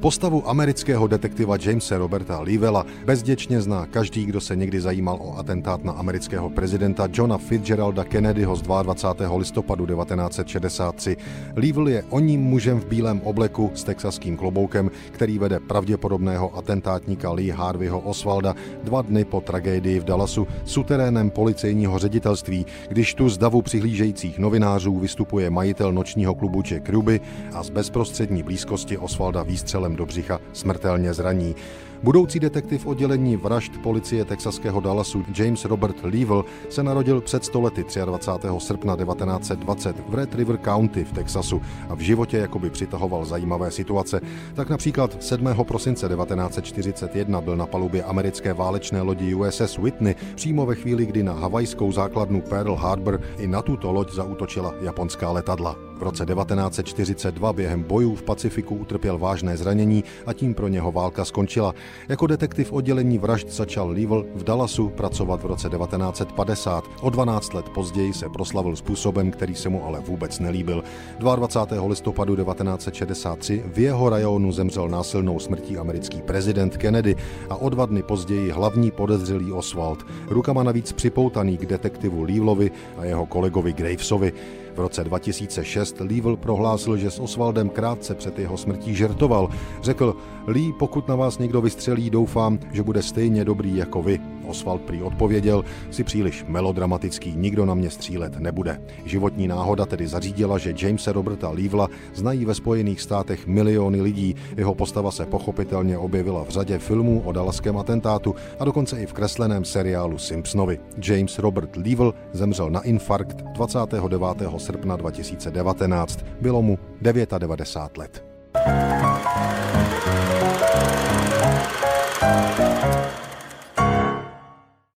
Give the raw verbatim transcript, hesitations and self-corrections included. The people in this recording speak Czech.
Postavu amerického detektiva Jamese Roberta Leavella bezděčně zná každý, kdo se někdy zajímal o atentát na amerického prezidenta Johna Fitzgeralda Kennedyho z dvacátého druhého listopadu devatenáct set šedesát tři. Leavell je oním mužem v bílém obleku s texaským kloboukem, který vede pravděpodobného atentátníka Lee Harveyho Oswalda dva dny po tragédii v Dallasu suterénem policejního ředitelství, když tu z davu přihlížejících novinářů vystupuje majitel nočního klubu Jack Ruby a z bezprostřední blízkosti Oswalda výstřelem do břicha smrtelně zraní. Budoucí detektiv oddělení vražd policie texaského Dallasu James Robert Leavell se narodil před sto lety dvacátého třetího srpna devatenáct set dvacet v Red River County v Texasu a v životě jakoby přitahoval zajímavé situace. Tak například sedmého prosince devatenáct set čtyřicet jedna byl na palubě americké válečné lodi U S S Whitney přímo ve chvíli, kdy na havajskou základnu Pearl Harbor i na tuto loď zaútočila japonská letadla. V roce devatenáct set čtyřicet dva během bojů v Pacifiku utrpěl vážné zranění a tím pro něho válka skončila. Jako detektiv oddělení vražd začal Leavell v Dallasu pracovat v roce devatenáct set padesát. O dvanáct let později se proslavil způsobem, který se mu ale vůbec nelíbil. dvacátého druhého listopadu devatenáct set šedesát tři v jeho rajonu zemřel násilnou smrtí americký prezident Kennedy a o dva dny později hlavní podezřelý Oswald, rukama navíc připoutaný k detektivu Leavellovi a jeho kolegovi Gravesovi. V roce dva tisíce šest Leavell prohlásil, že s Oswaldem krátce před jeho smrtí žertoval. Řekl: Lee, pokud na vás někdo vystřelí, doufám, že bude stejně dobrý jako vy. Oswald prý odpověděl: jsi příliš melodramatický, nikdo na mě střílet nebude. Životní náhoda tedy zařídila, že Jamese Roberta Leavella znají ve Spojených státech miliony lidí. Jeho postava se pochopitelně objevila v řadě filmů o dallaském atentátu a dokonce i v kresleném seriálu Simpsonovi. James Robert Leavell zemřel na infarkt dvacátého devátého srpna dva tisíce devatenáct. Bylo mu devadesát devět let.